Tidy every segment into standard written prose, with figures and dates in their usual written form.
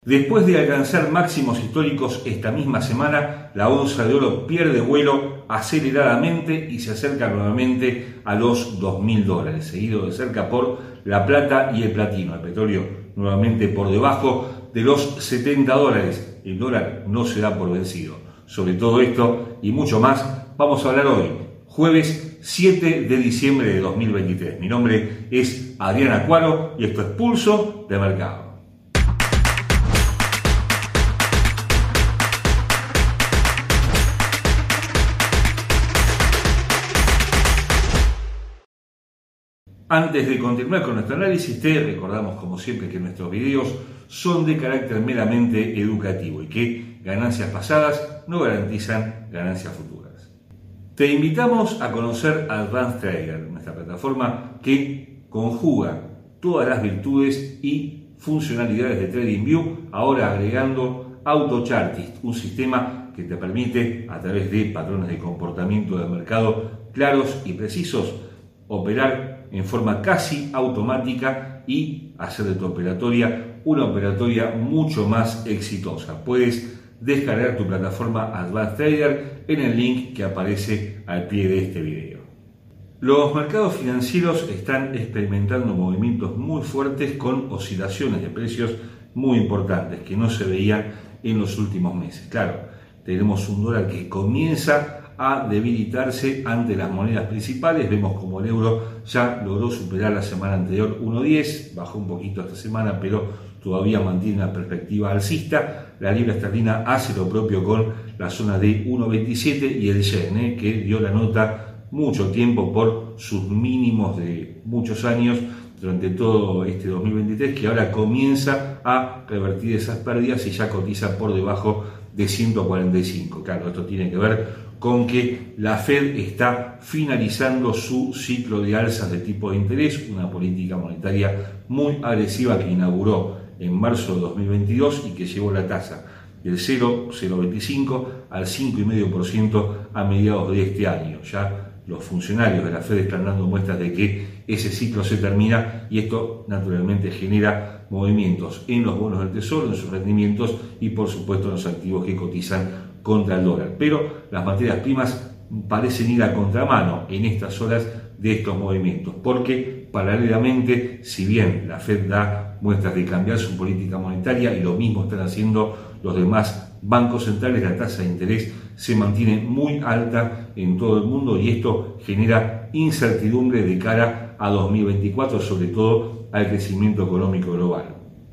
Después de alcanzar máximos históricos esta misma semana, la onza de oro pierde vuelo aceleradamente y se acerca nuevamente a los $2.000, seguido de cerca por la plata y el platino. El petróleo nuevamente por debajo de los $70. El dólar no se da por vencido. Sobre todo esto y mucho más vamos a hablar hoy, jueves 7 de diciembre de 2023. Mi nombre es Adrián Acuaro y esto es Pulso de Mercado. Antes de continuar con nuestro análisis, te recordamos como siempre que nuestros videos son de carácter meramente educativo y que ganancias pasadas no garantizan ganancias futuras. Te invitamos a conocer Advanced Trader, nuestra plataforma que conjuga todas las virtudes y funcionalidades de TradingView, ahora agregando AutoChartist, un sistema que te permite, a través de patrones de comportamiento del mercado claros y precisos, operar en forma casi automática y hacer de tu operatoria una operatoria mucho más exitosa. Puedes descargar tu plataforma Advanced Trader en el link que aparece al pie de este video. Los mercados financieros están experimentando movimientos muy fuertes con oscilaciones de precios muy importantes que no se veían en los últimos meses. Claro, tenemos un dólar que comienza a debilitarse ante las monedas principales. Vemos como el euro ya logró superar la semana anterior 1.10, bajó un poquito esta semana, pero todavía mantiene una perspectiva alcista. La libra esterlina hace lo propio con la zona de 1.27 y el yen, que dio la nota mucho tiempo por sus mínimos de muchos años durante todo este 2023, que ahora comienza a revertir esas pérdidas y ya cotiza por debajo de 145. Claro, esto tiene que ver con que la Fed está finalizando su ciclo de alzas de tipo de interés, una política monetaria muy agresiva que inauguró en marzo de 2022 y que llevó la tasa del 0,025 al 5,5% a mediados de este año. Ya los funcionarios de la Fed están dando muestras de que ese ciclo se termina y esto naturalmente genera movimientos en los bonos del Tesoro, en sus rendimientos y por supuesto en los activos que cotizan contra el dólar. Pero las materias primas parecen ir a contramano en estas horas de estos movimientos, porque paralelamente, si bien la Fed da muestras de cambiar su política monetaria y lo mismo están haciendo los demás bancos centrales, la tasa de interés se mantiene muy alta en todo el mundo y esto genera incertidumbre de cara a 2024, sobre todo al crecimiento económico global.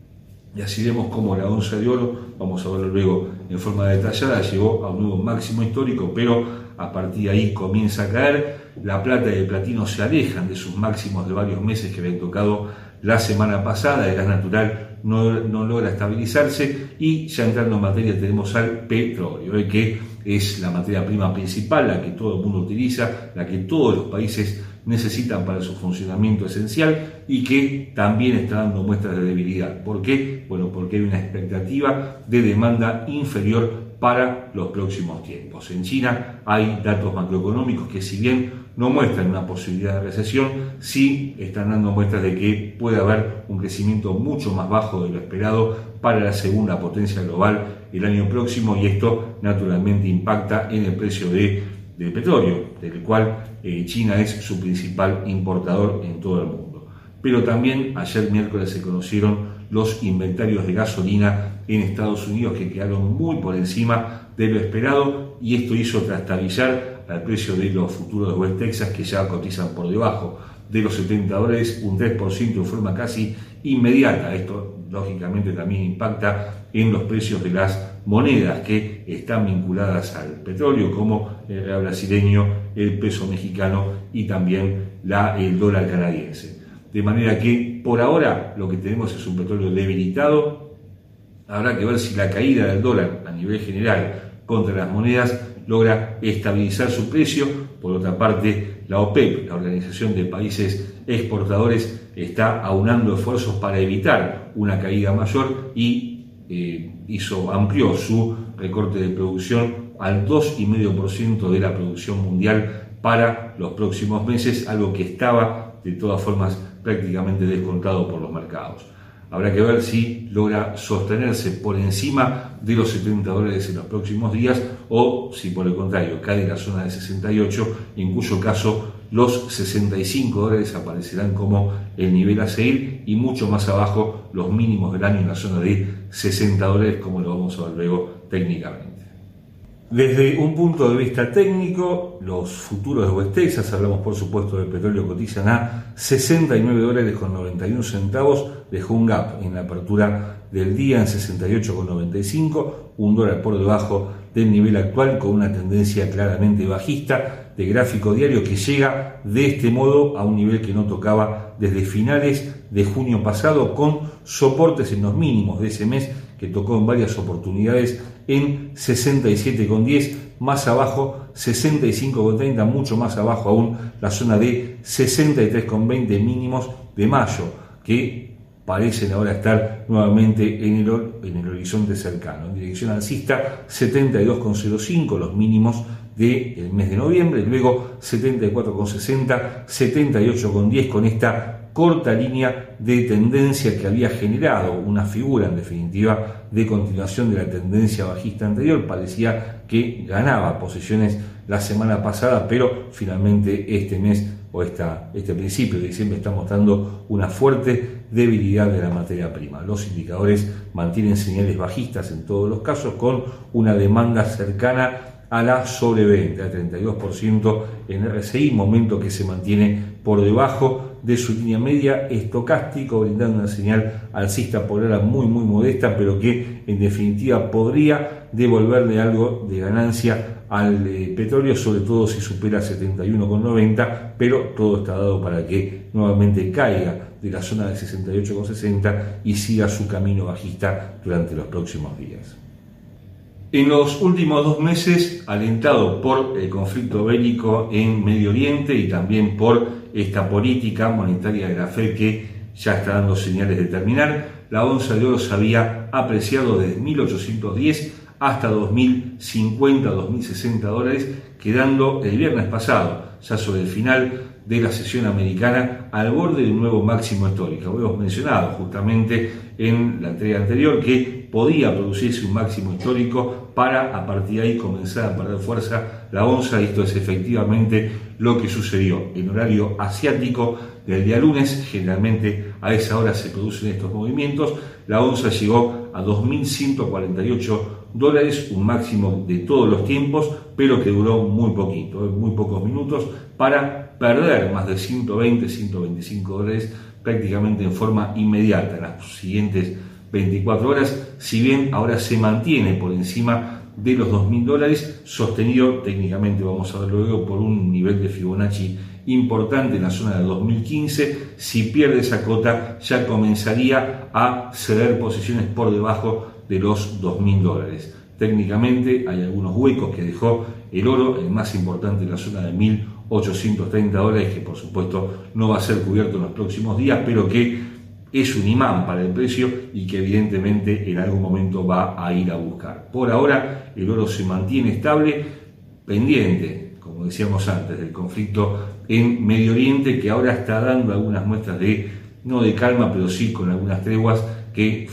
Y así vemos cómo la onza de oro, vamos a verlo luego en forma detallada, llegó a un nuevo máximo histórico, pero a partir de ahí comienza a caer. La plata y el platino se alejan de sus máximos de varios meses que habían tocado la semana pasada. El gas natural no logra estabilizarse y ya entrando en materia tenemos al petróleo, que es la materia prima principal, la que todo el mundo utiliza, la que todos los países necesitan para su funcionamiento esencial y que también está dando muestras de debilidad. ¿Por qué? Bueno, porque hay una expectativa de demanda inferior para los próximos tiempos. En China hay datos macroeconómicos que, si bien no muestran una posibilidad de recesión, sí están dando muestras de que puede haber un crecimiento mucho más bajo de lo esperado para la segunda potencia global el año próximo, y esto naturalmente impacta en el precio del petróleo, del cual China es su principal importador en todo el mundo. Pero también ayer miércoles se conocieron los inventarios de gasolina en Estados Unidos, que quedaron muy por encima de lo esperado, y esto hizo trastabillar al precio de los futuros de West Texas, que ya cotizan por debajo de los $70, un 3% en forma casi inmediata. Esto lógicamente también impacta en los precios de las monedas que están vinculadas al petróleo, como el real brasileño, el peso mexicano y también el dólar canadiense. De manera que por ahora lo que tenemos es un petróleo debilitado. Habrá que ver si la caída del dólar a nivel general contra las monedas logra estabilizar su precio. Por otra parte, la OPEP, la Organización de Países Exportadores, está aunando esfuerzos para evitar una caída mayor y amplió su recorte de producción al 2,5% de la producción mundial para los próximos meses, algo que estaba de todas formas prácticamente descontado por los mercados. Habrá que ver si logra sostenerse por encima de los $70 en los próximos días o si por el contrario cae en la zona de 68, en cuyo caso los $65 aparecerán como el nivel a seguir y mucho más abajo los mínimos del año en la zona de $60, como lo vamos a ver luego técnicamente. Desde un punto de vista técnico, los futuros de West Texas, hablamos por supuesto del petróleo, cotizan a $69.91, dejó un gap en la apertura del día en 68,95, $1 por debajo del nivel actual con una tendencia claramente bajista de gráfico diario que llega de este modo a un nivel que no tocaba desde finales de junio pasado, con soportes en los mínimos de ese mes que tocó en varias oportunidades en 67,10, más abajo 65,30, mucho más abajo aún la zona de 63,20 mínimos de mayo, que parecen ahora estar nuevamente en el horizonte cercano. En dirección alcista, 72,05 los mínimos del mes de noviembre, luego 74,60, 78,10, con esta corta línea de tendencia que había generado una figura en definitiva de continuación de la tendencia bajista anterior. Parecía que ganaba posiciones la semana pasada, pero finalmente este mes o este principio de diciembre está mostrando una fuerte debilidad de la materia prima. Los indicadores mantienen señales bajistas en todos los casos, con una demanda cercana a la sobreventa, 32% en RSI, momento que se mantiene por debajo de su línea media estocástico, brindando una señal alcista por ahora muy modesta, pero que en definitiva podría devolverle algo de ganancia al petróleo, sobre todo si supera 71,90, pero todo está dado para que nuevamente caiga de la zona de 68,60 y siga su camino bajista durante los próximos días. En los últimos 2 meses, alentado por el conflicto bélico en Medio Oriente y también por esta política monetaria de la Fed que ya está dando señales de terminar, la onza de oro se había apreciado desde 1.810 hasta 2.050, 2.060 dólares, quedando el viernes pasado, ya sobre el final de la sesión americana, al borde de un nuevo máximo histórico. Hemos mencionado justamente en la entrega anterior que podía producirse un máximo histórico para a partir de ahí comenzar a perder fuerza la onza, y esto es efectivamente lo que sucedió. En horario asiático del día lunes, generalmente a esa hora se producen estos movimientos, la onza llegó a 2.148 dólares, un máximo de todos los tiempos, pero que duró muy poquito, muy pocos minutos, para perder más de 120, 125 dólares prácticamente en forma inmediata en las siguientes 24 horas, si bien ahora se mantiene por encima de los 2.000 dólares, sostenido técnicamente, vamos a verlo luego, por un nivel de Fibonacci importante en la zona de 2015. Si pierde esa cota, ya comenzaría a ceder posiciones por debajo de los 2.000 dólares. Técnicamente hay algunos huecos que dejó el oro, el más importante en la zona de 1.830 dólares, que por supuesto no va a ser cubierto en los próximos días, pero que es un imán para el precio y que evidentemente en algún momento va a ir a buscar. Por ahora el oro se mantiene estable, pendiente, como decíamos antes, del conflicto en Medio Oriente, que ahora está dando algunas muestras de, no de calma, pero sí con algunas treguas que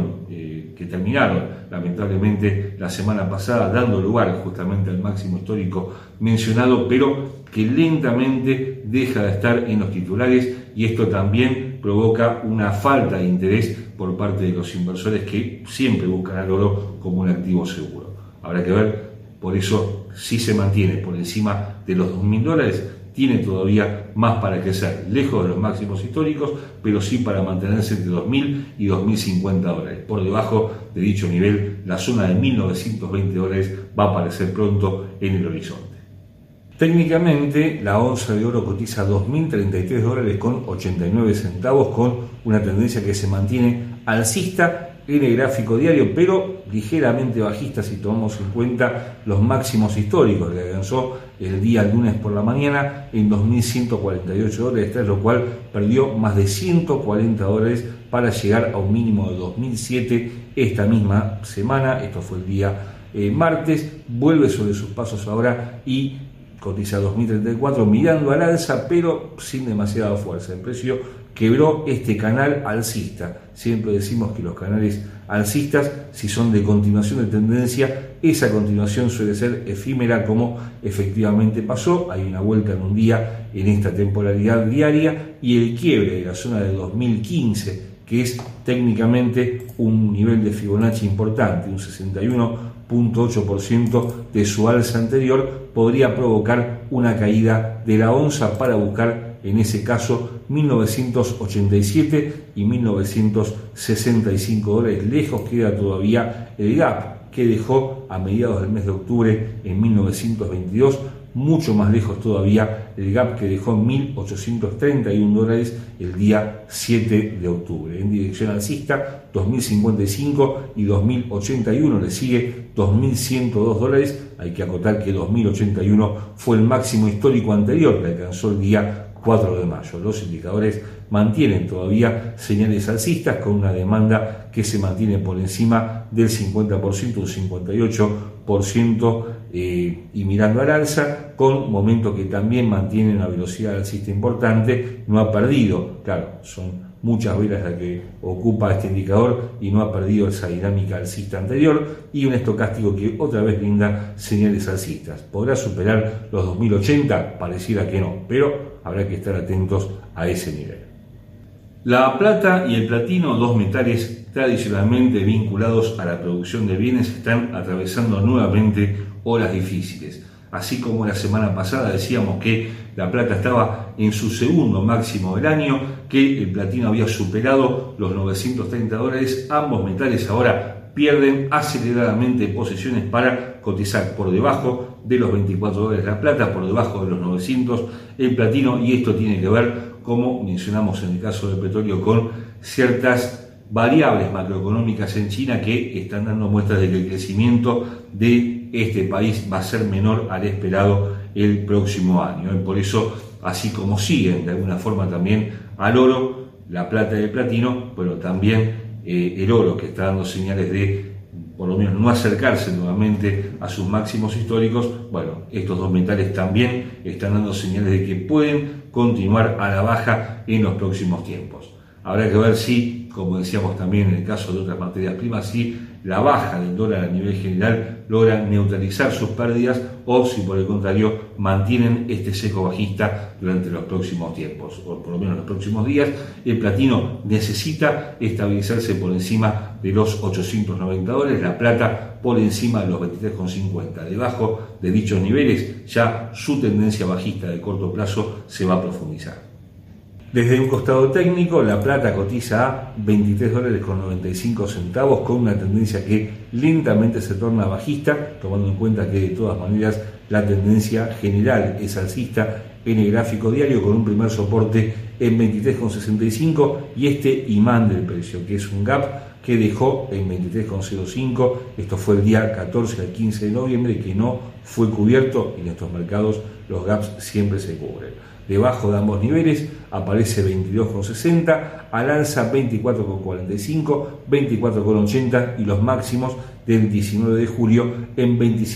terminaron lamentablemente la semana pasada, dando lugar justamente al máximo histórico mencionado, pero que lentamente deja de estar en los titulares, y esto también provoca una falta de interés por parte de los inversores, que siempre buscan al oro como un activo seguro. Habrá que ver, por eso, si se mantiene por encima de los 2.000 dólares, tiene todavía más para crecer, lejos de los máximos históricos, pero sí para mantenerse entre 2.000 y 2.050 dólares. Por debajo de dicho nivel, la zona de 1.920 dólares va a aparecer pronto en el horizonte. Técnicamente, la onza de oro cotiza 2.033 dólares con 89 centavos, con una tendencia que se mantiene alcista en el gráfico diario, pero ligeramente bajista si tomamos en cuenta los máximos históricos que alcanzó el día lunes por la mañana en 2.148 dólares, tras lo cual perdió más de 140 dólares para llegar a un mínimo de 2.007 esta misma semana. Esto fue el día martes, vuelve sobre sus pasos ahora y cotiza 2.034, mirando al alza, pero sin demasiada fuerza. El precio quebró este canal alcista. Siempre decimos que los canales alcistas, si son de continuación de tendencia, esa continuación suele ser efímera, como efectivamente pasó. Hay una vuelta en un día en esta temporalidad diaria, y el quiebre de la zona de 2015, que es técnicamente un nivel de Fibonacci importante, un 61.8% de su alza anterior, podría provocar una caída de la onza para buscar, en ese caso, 1987 y 1965 dólares. Lejos queda todavía el gap que dejó a mediados del mes de octubre en 1922, mucho más lejos todavía el gap que dejó en 1.831 dólares el día 7 de octubre. En dirección alcista, 2.055 y 2.081, le sigue 2.102 dólares. Hay que acotar que 2.081 fue el máximo histórico anterior que alcanzó el día 4 de mayo. Los indicadores mantienen todavía señales alcistas, con una demanda que se mantiene por encima del 50%, un 58%, y mirando al alza, con momentos que también mantienen una velocidad alcista importante. No ha perdido, claro, son muchas velas las que ocupa este indicador, y no ha perdido esa dinámica alcista anterior, y un estocástico que otra vez brinda señales alcistas. ¿Podrá superar los 2080? Pareciera que no, pero habrá que estar atentos a ese nivel. La plata y el platino, dos metales tradicionalmente vinculados a la producción de bienes, están atravesando nuevamente olas difíciles. Así como la semana pasada decíamos que la plata estaba en su segundo máximo del año, que el platino había superado los 930 dólares, ambos metales ahora pierden aceleradamente posiciones para cotizar por debajo de los 24 dólares la plata, por debajo de los 900 el platino, y esto tiene que ver, como mencionamos en el caso del petróleo, con ciertas variables macroeconómicas en China que están dando muestras de que el crecimiento de este país va a ser menor al esperado el próximo año. Por eso, así como siguen de alguna forma también al oro, la plata y el platino, pero también el oro, que está dando señales de por lo menos no acercarse nuevamente a sus máximos históricos. Bueno, estos dos metales también están dando señales de que pueden continuar a la baja en los próximos tiempos. Habrá que ver si, como decíamos también en el caso de otras materias primas, si la baja del dólar a nivel general logra neutralizar sus pérdidas, o si por el contrario mantienen este sesgo bajista durante los próximos tiempos, o por lo menos los próximos días. El platino necesita estabilizarse por encima de los 890 dólares, la plata por encima de los 23,50. Debajo de dichos niveles ya su tendencia bajista de corto plazo se va a profundizar. Desde un costado técnico, la plata cotiza a 23 dólares con 95 centavos, con una tendencia que lentamente se torna bajista, tomando en cuenta que de todas maneras la tendencia general es alcista en el gráfico diario, con un primer soporte en 23,65 y este imán del precio, que es un gap que dejó en 23,05. Esto fue el día 14 al 15 de noviembre, que no fue cubierto, y en estos mercados los gaps siempre se cubren. Debajo de ambos niveles aparece 22,60, al alza 24,45, 24,80 y los máximos del 19 de julio en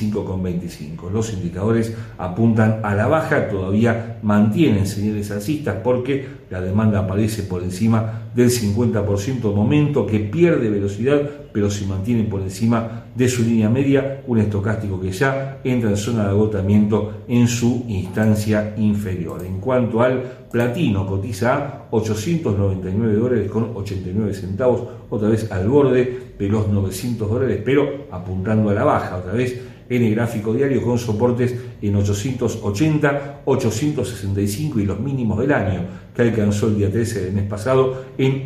25,25. Los indicadores apuntan a la baja, todavía mantienen señales alcistas porque la demanda aparece por encima del 50%, momento que pierde velocidad pero se mantiene por encima de su línea media, un estocástico que ya entra en zona de agotamiento en su instancia inferior. En cuanto al platino, cotiza a 899 dólares con 89 centavos, otra vez al borde de los 900 dólares, pero apuntando a la baja, otra vez en el gráfico diario, con soportes en 880, 865 y los mínimos del año, que alcanzó el día 13 del mes pasado en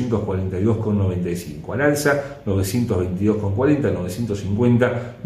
842,95. Al alza, 922,40, 950,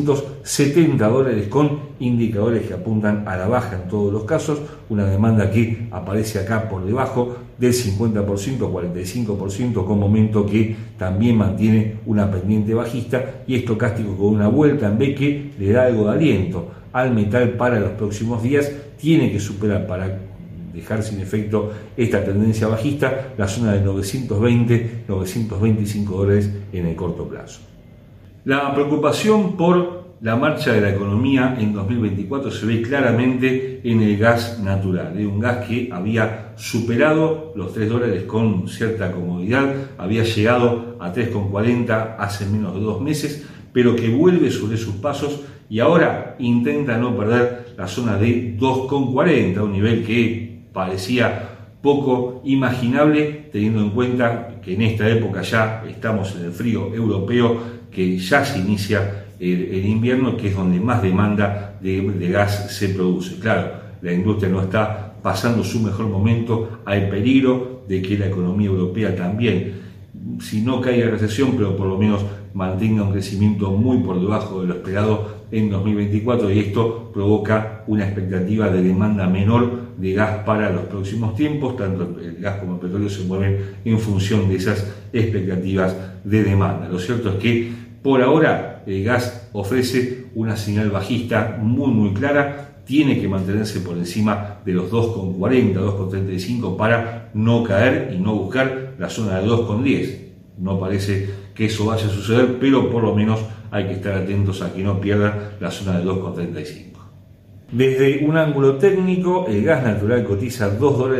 970 dólares, con indicadores que apuntan a la baja en todos los casos. Una demanda que aparece acá por debajo del 50%, 45%, con momento que también mantiene una pendiente bajista, y estocástico con una vuelta en B que le da algo de aliento al metal para los próximos días. Tiene que superar, para dejar sin efecto esta tendencia bajista, la zona de 920, 925 dólares en el corto plazo. La preocupación por la marcha de la economía en 2024 se ve claramente en el gas natural, un gas que había superado los $3 con cierta comodidad, había llegado a 3,40 hace menos de 2 meses, pero que vuelve sobre sus pasos y ahora intenta no perder la zona de 2,40, un nivel que parecía poco imaginable, teniendo en cuenta que en esta época ya estamos en el frío europeo, que ya se inicia el invierno, que es donde más demanda de gas se produce. Claro, la industria no está pasando su mejor momento, hay peligro de que la economía europea también, si no caiga en recesión, pero por lo menos mantenga un crecimiento muy por debajo de lo esperado en 2024, y esto provoca una expectativa de demanda menor de gas para los próximos tiempos. Tanto el gas como el petróleo se mueven en función de esas expectativas de demanda. Lo cierto es que por ahora el gas ofrece una señal bajista muy clara, tiene que mantenerse por encima de los 2,40, 2,35 para no caer y no buscar la zona de 2,10. No parece que eso vaya a suceder, pero por lo menos hay que estar atentos a que no pierdan la zona de 2,35. Desde un ángulo técnico, el gas natural cotiza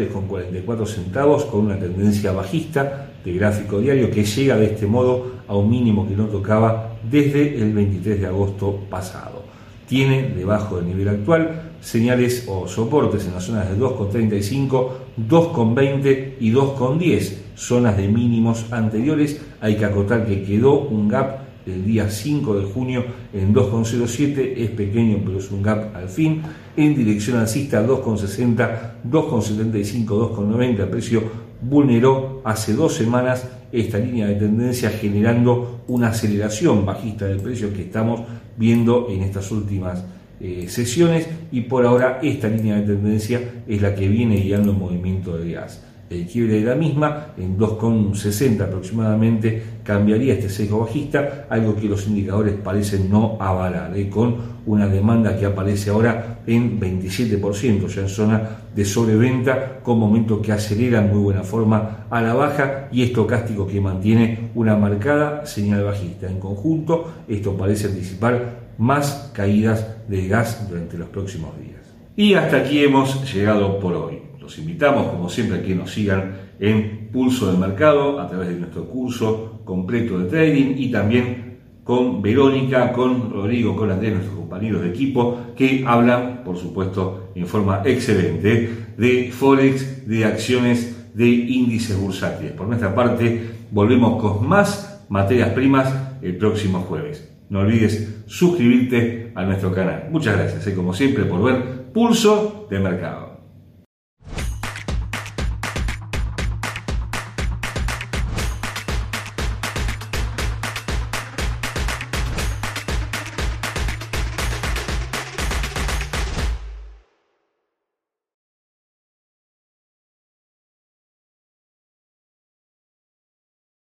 $2,44 con una tendencia bajista de gráfico diario que llega de este modo a un mínimo que no tocaba desde el 23 de agosto pasado. Tiene debajo del nivel actual señales o soportes en las zonas de 2,35, 2,20 y 2,10, zonas de mínimos anteriores. Hay que acotar que quedó un gap el día 5 de junio en 2,07, es pequeño pero es un gap al fin, en dirección alcista 2,60, 2,75, 2,90, el precio vulneró hace 2 semanas esta línea de tendencia, generando una aceleración bajista del precio que estamos viendo en estas últimas sesiones, y por ahora esta línea de tendencia es la que viene guiando el movimiento de gas. El quiebre de la misma en 2,60 aproximadamente cambiaría este sesgo bajista, algo que los indicadores parecen no avalar, con una demanda que aparece ahora en 27%, ya en zona de sobreventa, con momentos que aceleran muy buena forma a la baja y estocástico que mantiene una marcada señal bajista. En conjunto, esto parece anticipar más caídas de gas durante los próximos días. Y hasta aquí hemos llegado por hoy. Los invitamos, como siempre, a que nos sigan en Pulso del Mercado a través de nuestro curso completo de trading, y también con Verónica, con Rodrigo, con Andrés, nuestros compañeros de equipo, que hablan, por supuesto, en forma excelente de Forex, de acciones, de índices bursátiles. Por nuestra parte, volvemos con más materias primas el próximo jueves. No olvides suscribirte a nuestro canal. Muchas gracias, como siempre, por ver Pulso del Mercado.